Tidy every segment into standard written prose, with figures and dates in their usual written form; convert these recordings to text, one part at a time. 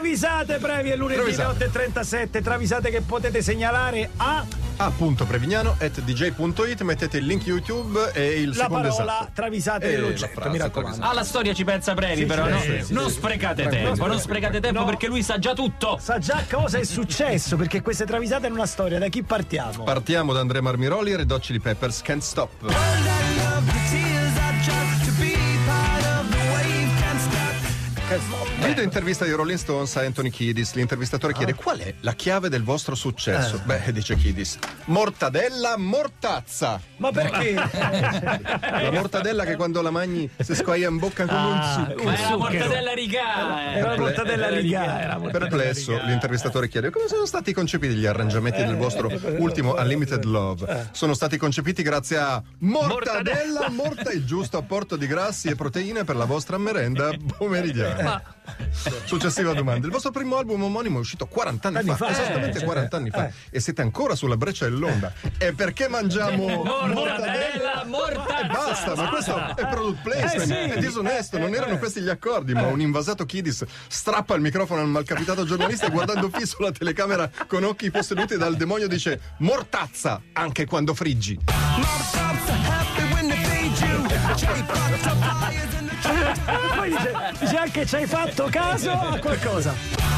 Travisate brevi è lunedì 8:37. Travisate che potete segnalare a a.prevignano@dj.it. mettete il link YouTube e il la secondo parola esatto. travisate dell'oggetto, mi raccomando. Alla storia ci pensa brevi, però no? Non sprecate tempo, non sprecate tempo perché lui sa già tutto. Sa già cosa è successo, perché queste travisate hanno una storia. Da chi partiamo? Partiamo da Andrea Marmiroli e Red Hot Chili Peppers, Can't Stop. Video intervista di Rolling Stones a Anthony Kiedis. L'intervistatore chiede: qual è la chiave del vostro successo? Beh, dice Kiedis: mortadella mortazza. Ma perché? La mortadella che quando la mangi si squaglia in bocca come un succo. Ma è la mortadella rigà. Era la mortadella rigà. Perplesso, l'intervistatore chiede: come sono stati concepiti gli arrangiamenti del vostro ultimo Unlimited Love? Sono stati concepiti grazie a mortadella, il giusto apporto di grassi e proteine per la vostra merenda pomeridiana. Successiva domanda: il vostro primo album omonimo è uscito 40 anni fa, esattamente 40 anni fa, e siete ancora sulla breccia dell'onda. E perché mangiamo mortadella? Mortazza. Basta, ma questo è product placement, è disonesto, non erano questi gli accordi. Ma un invasato Kiedis strappa il microfono al malcapitato giornalista e guardando fisso la telecamera con occhi posseduti dal demonio dice: mortazza anche quando friggi. Poi dice anche: ci hai fatto caso a qualcosa?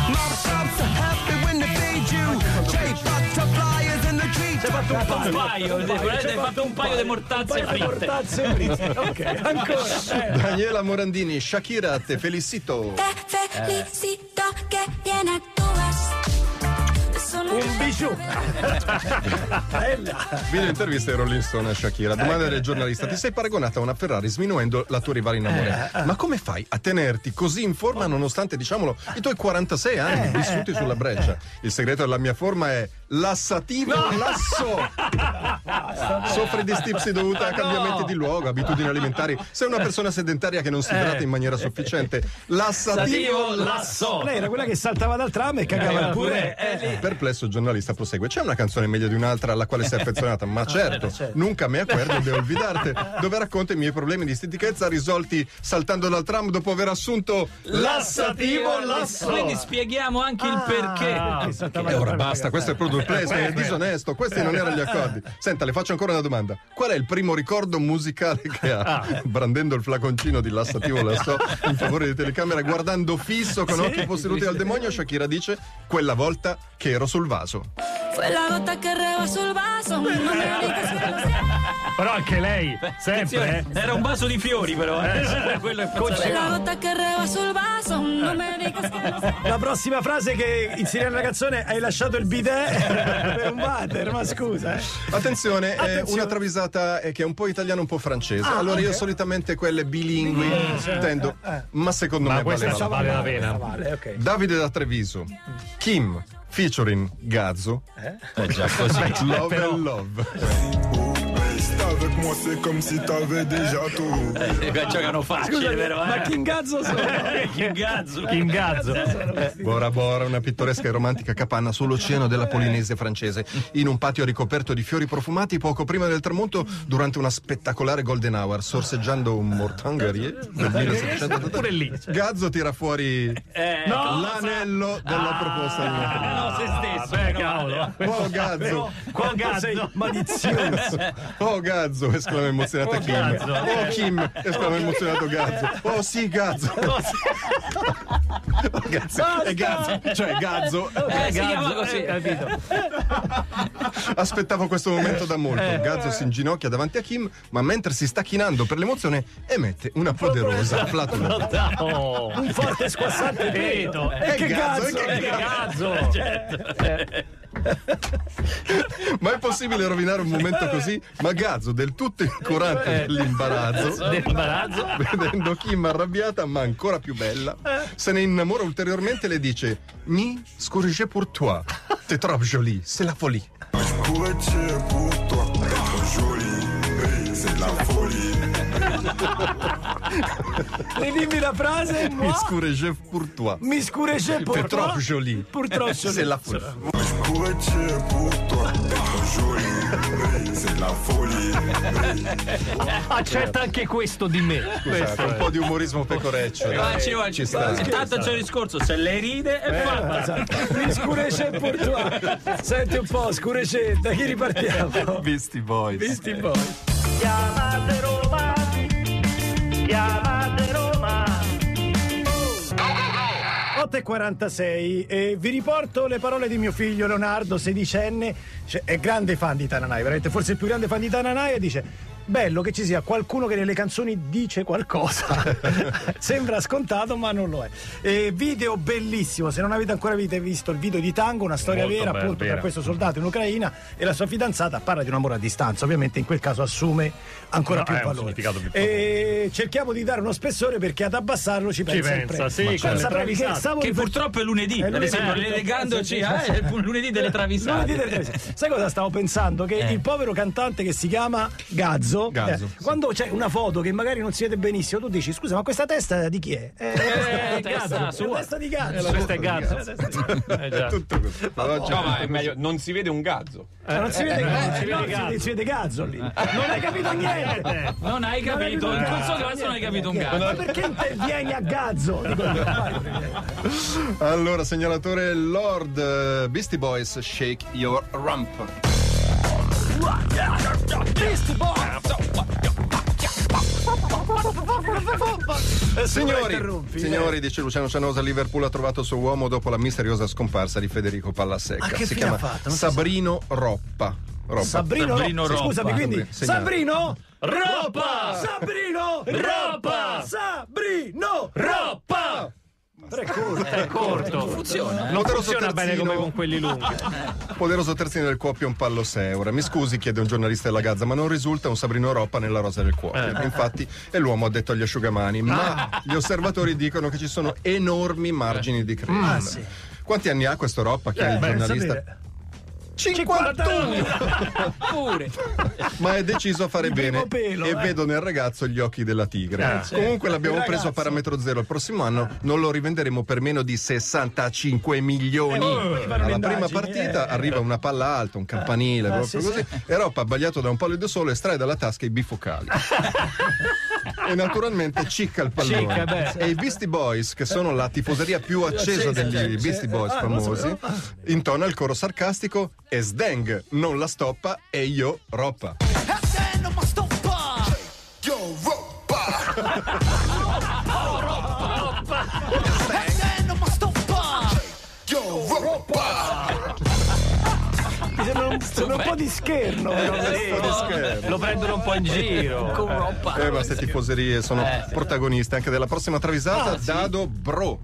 Ci hai fatto un paio, sicuramente hai fatto un paio di mortazze fritte. Ok, ancora. Daniela Morandini, Shakira, te felicito. Te felicito che bien actúas. Un bijou. Video intervista di Rolling Stone a Shakira. Domanda del giornalista: ti sei paragonata a una Ferrari sminuendo la tua rivale in amore. Ma come fai a tenerti così in forma nonostante, diciamolo, i tuoi 46 anni vissuti sulla breccia? Il segreto della mia forma è lassativo lasso. Soffri di stipsi dovute a cambiamenti di luogo, abitudini alimentari. Sei una persona sedentaria che non si idrata in maniera sufficiente. Lassativo lasso. Lei era quella che saltava dal tram e cagava pure. Perplesso il giornalista prosegue: c'è una canzone meglio di un'altra alla quale sei affezionata? Ma certo, Nunca me acuerdo de olvidarte, dove racconta i miei problemi di stitichezza risolti saltando dal tram dopo aver assunto lassativo lasso. Quindi spieghiamo anche il perché. E ora basta, questo è product placement, è disonesto, questi non erano gli accordi. Senta, le faccio ancora una domanda: qual è il primo ricordo musicale che ha? Brandendo il flaconcino di lassativo lasso in favore di telecamera, guardando fisso con occhi posseduti dal demonio, Shakira dice: quella volta che ero sul vaso. Fue la gota que rebasó el vaso. No me digas que lo siento. Però anche lei, sempre. Era un vaso di fiori, però. Quello è Fue la gota que rebasó el vaso. No me digas que lo siento. La prossima frase che inserirà nella canzone: hai lasciato il bidet per un water, ma scusa. Attenzione, è una travisata che è un po' italiana, un po' francese. Allora io solitamente quelle bilingui tendo, ma secondo me questa vale la pena. Ok. Davide da Treviso, Kim featuring Gazzo, già così. Love and Love. Avec moi c'est comme si t'avais déjà tout. Giocano facile, vero? Ma Kingazzo sono? Kingazzo. Bora Bora, una pittoresca e romantica capanna sull'oceano della Polinesia francese, in un patio ricoperto di fiori profumati poco prima del tramonto, durante una spettacolare golden hour, sorseggiando un Mortangerier del 1780. Pure lì. Gazzo tira fuori l'anello della proposta. No, se stesso. Cavolo. Oh Gazzo, Quanto sei malizioso. oh Gazzo, esclama emozionata Kim. Gazzo. Oh Kim, esclama emozionato Gazzo. Oh sì Gazzo. Oh, Gazzo, è Gazzo, cioè Gazzo. Si chiama così, capito? Aspettavo questo momento da molto. Gazzo si inginocchia davanti a Kim, ma mentre si sta chinando per l'emozione emette una poderosa flatulenza. Un forte squassante peto. Che Cazzo. Ma è possibile rovinare un momento così? Ma Gazzo, del tutto incurante dell'imbarazzo, vedendo Kim arrabbiata ma ancora più bella, se ne innamora ulteriormente e le dice: Mi scourgé pour toi, t'es trop jolie, c'est la folie. Je pourrais tuer pour toi, être jolie, c'est la folie. Ridimmi la frase. Miscureje pour toi. Miscureje pour C'est toi. trop joli. Pour trop joli. C'est la folie. Je pourrais tuer pour toi. Joli, c'est de la folie. Accetta anche questo di me. Scusate, un po' di umorismo pecoreccio. Ci sta. E tanto c'è il discorso, se lei ride e fa. Miscureje pour toi. Senti un po', Scureje, da chi ripartiamo? Beastie Boys. Beastie Boys. Chiamate Roma, chiamate Roma. 8:46 e vi riporto le parole di mio figlio Leonardo, 16enne, è grande fan di Tananai, veramente forse il più grande fan di Tananai, e dice: bello che ci sia qualcuno che nelle canzoni dice qualcosa. Sembra scontato ma non lo è. Video bellissimo, se non avete ancora visto il video di Tango, una storia Molto vera, bella, appunto, vera. per questo soldato in Ucraina e la sua fidanzata. Parla di un amore a distanza, ovviamente in quel caso assume ancora più è un valore. significato più E cerchiamo di dare uno spessore, perché ad abbassarlo ci pensa il pensa, premio. sì, con le travisate. Che purtroppo è lunedì, È ad esempio, lunedì. legandoci è il lunedì delle travisate. Sai cosa stavo pensando? Che il povero cantante che si chiama Gazzo, Gazzo, quando c'è una foto che magari non si vede benissimo, tu dici: scusa, ma questa testa di chi è? Gazzo, la sua. testa di Gazzo. Questo è Gazzo. È tutto così. Oggi No, ma è meglio, non si vede un gazzo. Non si vede Gazzo. si vede Gazzo lì. Non hai capito niente. Non hai capito, in questo caso non hai capito un Ma cazzo. perché intervieni a Gazzo? Allora, segnalatore Lord, Beastie Boys, Shake Your Rump. Signori, dice Luciano Cianosa, Liverpool ha trovato il suo uomo dopo la misteriosa scomparsa di Federico Pallasecca. Ma che si fine chiama ha fatto? Non si Sabrino Roppa. Sabrino Roppa. Scusami, quindi Segnala. Sabrino Roppa! Sabrino Roppa! Sabrino Roppa! È corto. Funziona. Non Poderoso funziona bene terzino. come con quelli lunghi. Poderoso terzino del Cuopio, un pallo Seura. Mi scusi, chiede un giornalista della Gazza, ma non risulta un Sabrino Roppa nella rosa del Cuopio. Infatti è l'uomo addetto agli asciugamani, ma gli osservatori dicono che ci sono enormi margini di crescita. sì. Quanti anni ha questo Roppa? Chiede il giornalista. sapere. 51! Pure. Ma è deciso a fare Di bene primo pelo, e vedo nel ragazzo gli occhi della tigre. Comunque l'abbiamo Il preso a ragazzo. parametro zero. Il prossimo anno non lo rivenderemo per meno di 65 milioni. fanno Alla le prima indagini, partita arriva una palla alta, un campanile, proprio sì, così. E Roppa, abbagliato da un pallido sole, estrae dalla tasca i bifocali. E naturalmente cicca il pallone. E i Beastie Boys, che sono la tifoseria più accesa degli Beastie Boys famosi, intona il coro sarcastico: e Sdeng non la stoppa e io Roppa. Yo, Mi sembra un po' di scherno. Lo prendono un po' in giro. Con Roppa. Ma queste tifoserie sono protagoniste anche della prossima travisata. Dado Bro.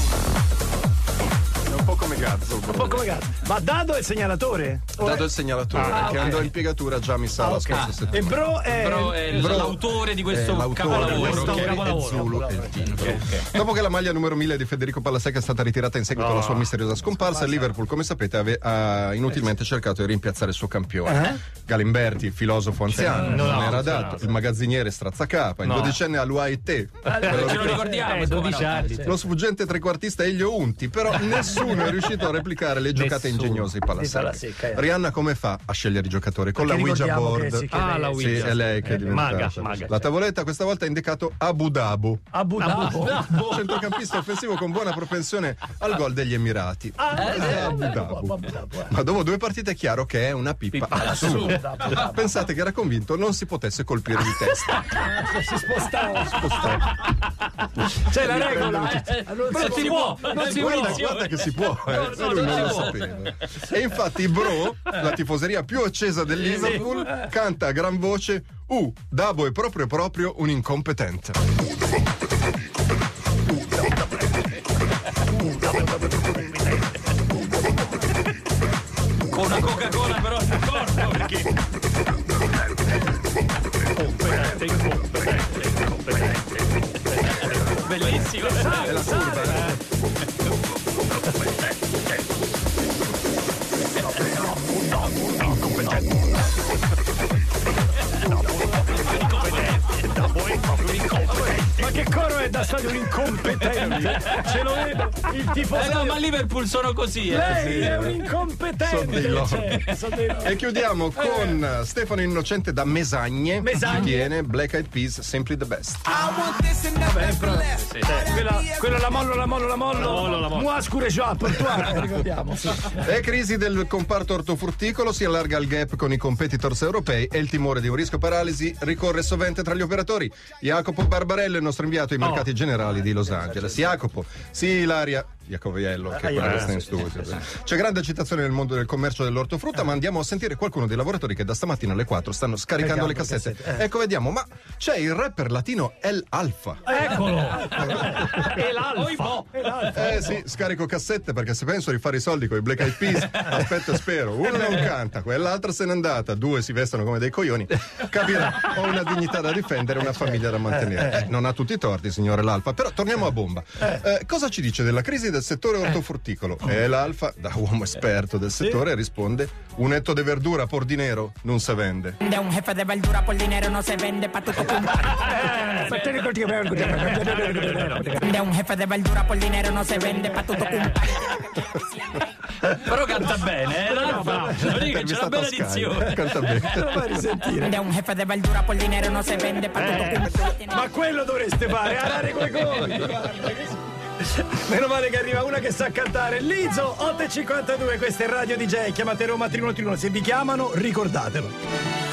È un po' come Gazzo. Bro. Un po' come Gazzo. Ma Dado è il segnalatore? Dado il segnalatore, che andò in piegatura già mi sa la scorsa E settimana. Bro è Però è l'autore di questo l'autore, capolavoro. che è Zulu e il titolo. Dopo che la maglia numero 1000 di Federico Pallasecca è stata ritirata in seguito alla sua misteriosa scomparsa, il Liverpool, come sapete, ha inutilmente cercato di rimpiazzare il suo campione. Galimberti, il filosofo anziano, non era adatto, il magazziniere strazzacapa, il dodicenne Aluaite, Ce lo ricordiamo. 12 anni. lo sfuggente trequartista Elio Unti, però nessuno è riuscito a replicare le giocate ingegnose di Pallasecca. Rihanna come fa a scegliere i giocatori? Con Perché la Ouija ricordiamo che board. si chiede- La Sì, Ouija. è lei che è diventata. Maga. La tavoletta questa volta ha indicato Abu Dhabi, Abu Dhabi. centrocampista offensivo con buona propensione al gol degli Emirati. Abu Dhabi. Ma dopo 2 partite è chiaro che è una pippa assurda. Pensate che era convinto non si potesse colpire di testa. Si spostava. C'è la regola. Non si può. Non si Guarda che si può, lui non lo sapeva. E infatti Bro, la tifoseria più accesa del Liverpool, canta a gran voce: Dabo è proprio un incompetente. Con una Coca-Cola però d'accordo perché bellissimo. È la curva, incompetente. Ce lo vedo, il tifoso. No, ma a Liverpool sono così. Lei è un incompetente. Sono dei loro. Sono dei loro. E chiudiamo con Stefano Innocente da Mesagne. Mesagne. Ci tiene Black Eyed Peas, Simply the Best. Quello la mollo. Moi scure già, portuale, ricordiamo. Sì. E crisi del comparto ortofrutticolo, si allarga il gap con i competitors europei e il timore di un rischio paralisi ricorre sovente tra gli operatori. Jacopo Barbarello è il nostro inviato ai mercati generali di Los Angeles. Jacopo, sì, Ilaria Iacoviello, che è quello che sta in studio. C'è grande agitazione nel mondo del commercio dell'ortofrutta, ma andiamo a sentire qualcuno dei lavoratori che da stamattina alle 4 stanno scaricando le cassette. Ecco, vediamo, ma c'è il rapper latino El Alfa. Eccolo. E l'alfa. Sì, scarico cassette perché se penso di fare i soldi con i Black Eyed Peas, aspetta e spero. Uno non canta, quell'altra se n'è andata, due si vestono come dei coglioni. Capirà, ho una dignità da difendere, una famiglia da mantenere. Non ha tutti i torti, signore l'Alfa, però torniamo a bomba. Cosa ci dice della crisi del settore ortofrutticolo? E l'Alfa, da uomo esperto del settore, risponde: un etto de verdura por dinero non se vende. De un jefe de verdura por dinero no se vende pa' tutto compare. De un jefe de verdura por dinero no se vende pa' tutto compare. Però canta bene, l'Alfa. C'è una bella dizione. Canta bene. Lo fai risentire. De un jefe de verdura por dinero no se vende pa' tutto compare. Ma quello dovreste fare, arare coi conti. Meno male che arriva una che sa cantare. Lizo, 8:52, questa è Radio DJ. Chiamate Roma 3131. Se vi chiamano, ricordatelo.